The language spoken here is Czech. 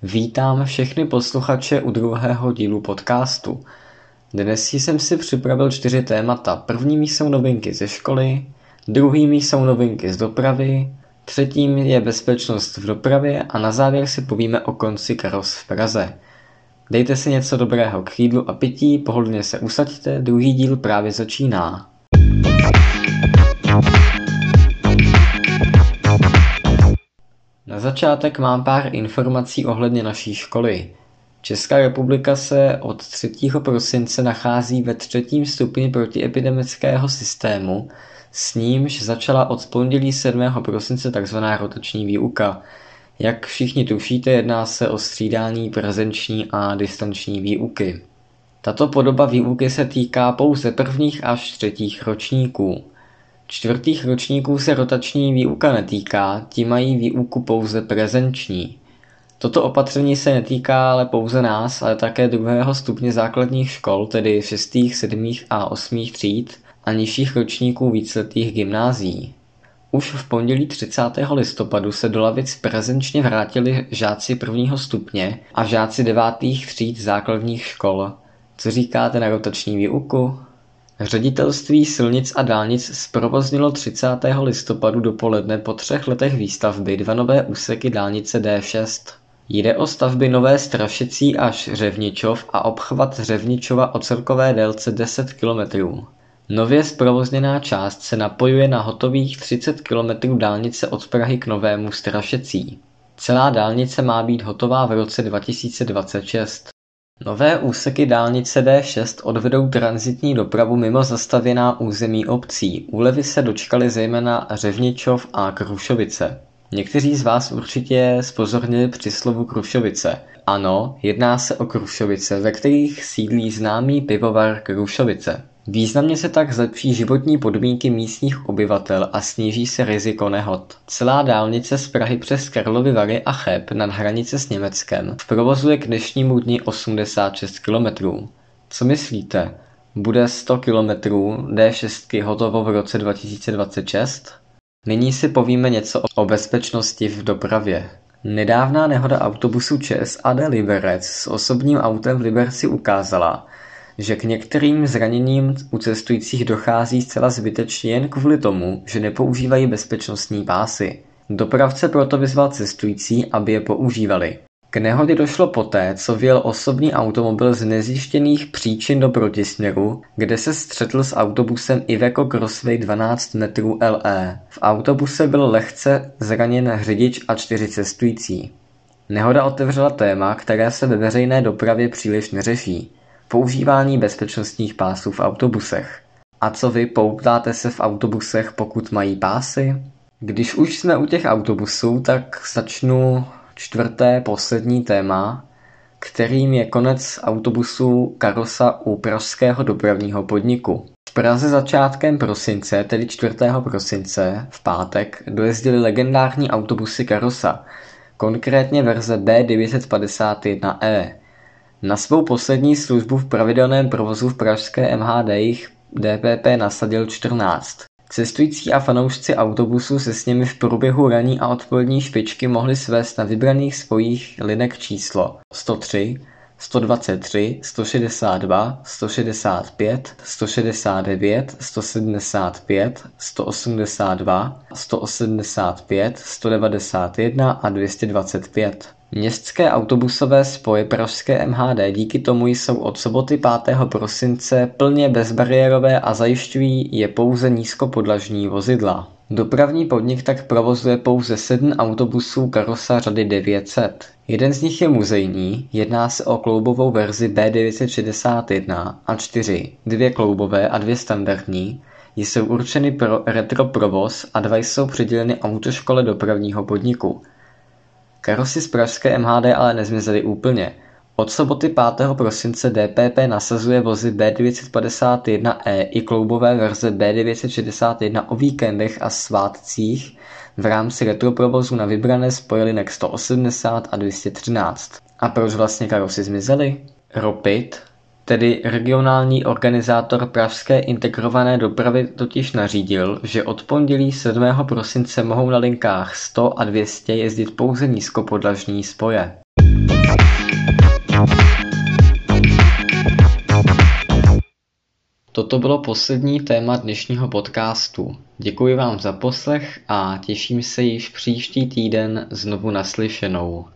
Vítám všechny posluchače u druhého dílu podcastu. Dnes jsem si připravil 4 témata. Prvním jsou novinky ze školy, druhým jsou novinky z dopravy, třetím je bezpečnost v dopravě a na závěr si povíme o konci karos v Praze. Dejte si něco dobrého k jídlu a pití, pohodlně se usaďte, druhý díl právě začíná. Na začátek mám pár informací ohledně naší školy. Česká republika se od 3. prosince nachází ve 3. stupni protiepidemického systému, s nímž začala od pondělí 7. prosince tzv. Rotační výuka. Jak všichni tušíte, jedná se o střídání prezenční a distanční výuky. Tato podoba výuky se týká pouze prvních až 3. ročníků. 4. ročníků se rotační výuka netýká, ti mají výuku pouze prezenční. Toto opatření se netýká ale pouze nás, ale také 2. stupně základních škol, tedy 6., 7. a 8. tříd a nižších ročníků víceletých gymnázií. Už v pondělí 30. listopadu se do lavic prezenčně vrátili žáci 1. stupně a žáci 9. tříd základních škol. Co říkáte na rotační výuku? Ředitelství silnic a dálnic zprovoznilo 30. listopadu dopoledne po 3 letech výstavby 2 nové úseky dálnice D6. Jde o stavby Nové Strašicí až Řevničov a obchvat Řevničova o celkové délce 10 km. Nově zprovozněná část se napojuje na hotových 30 km dálnice od Prahy k Novému Strašicí. Celá dálnice má být hotová v roce 2026. Nové úseky dálnice D6 odvedou tranzitní dopravu mimo zastavěná území obcí. Úlevy se dočkaly zejména Řevničov a Krušovice. Někteří z vás určitě zpozornili při slovu Krušovice. Ano, jedná se o Krušovice, ve kterých sídlí známý pivovar Krušovice. Významně se tak zlepší životní podmínky místních obyvatel a sníží se riziko nehod. Celá dálnice z Prahy přes Karlovy Vary a Cheb nad hranice s Německem v provozu je k dnešnímu dni 86 km. Co myslíte? Bude 100 km D6 hotovo v roce 2026? Nyní si povíme něco o bezpečnosti v dopravě. Nedávná nehoda autobusu ČSAD Liberec s osobním autem v Liberci ukázala, že k některým zraněním u cestujících dochází zcela zbytečně jen kvůli tomu, že nepoužívají bezpečnostní pásy. Dopravce proto vyzval cestující, aby je používali. K nehodě došlo poté, co vjel osobní automobil z nezjištěných příčin do protisměru, kde se střetl s autobusem Iveco Crossway 12 metrů LE. V autobuse byl lehce zraněn řidič a 4 cestující. Nehoda otevřela téma, které se ve veřejné dopravě příliš neřeší. Používání bezpečnostních pásů v autobusech. A co vy, poutáte se v autobusech, pokud mají pásy? Když už jsme u těch autobusů, tak začnu 4. poslední téma, kterým je konec autobusů Karosa u pražského dopravního podniku. V Praze začátkem prosince, tedy 4. prosince, v pátek, dojezdily legendární autobusy Karosa, konkrétně verze B951E. Na svou poslední službu v pravidelném provozu v pražské MHD jich DPP nasadil 14. Cestující a fanoušci autobusu se s nimi v průběhu ranní a odpolední špičky mohli svést na vybraných spojích linek číslo 103, 123, 162, 165, 169, 175, 182, 185, 191 a 225. Městské autobusové spoje pražské MHD díky tomu jsou od soboty 5. prosince plně bezbariérové a zajišťují je pouze nízkopodlažní vozidla. Dopravní podnik tak provozuje pouze 7 autobusů Karosa řady 900. Jeden z nich je muzejní, jedná se o kloubovou verzi B961 a 4, 2 kloubové a 2 standardní, jsou určeny pro retro provoz a 2 jsou přiděleny autoškole dopravního podniku. Karosy z pražské MHD ale nezmizely úplně. Od soboty 5. prosince DPP nasazuje vozy B951E i kloubové verze B961 o víkendech a svátcích v rámci retroprovozu na vybrané spoje linek 180 a 213. A proč vlastně karosy zmizely? Ropit, tedy regionální organizátor pražské integrované dopravy, totiž nařídil, že od pondělí 7. prosince mohou na linkách 100 a 200 jezdit pouze nízkopodlažní spoje. Toto bylo poslední téma dnešního podcastu. Děkuji vám za poslech a těším se již příští týden znovu naslyšenou.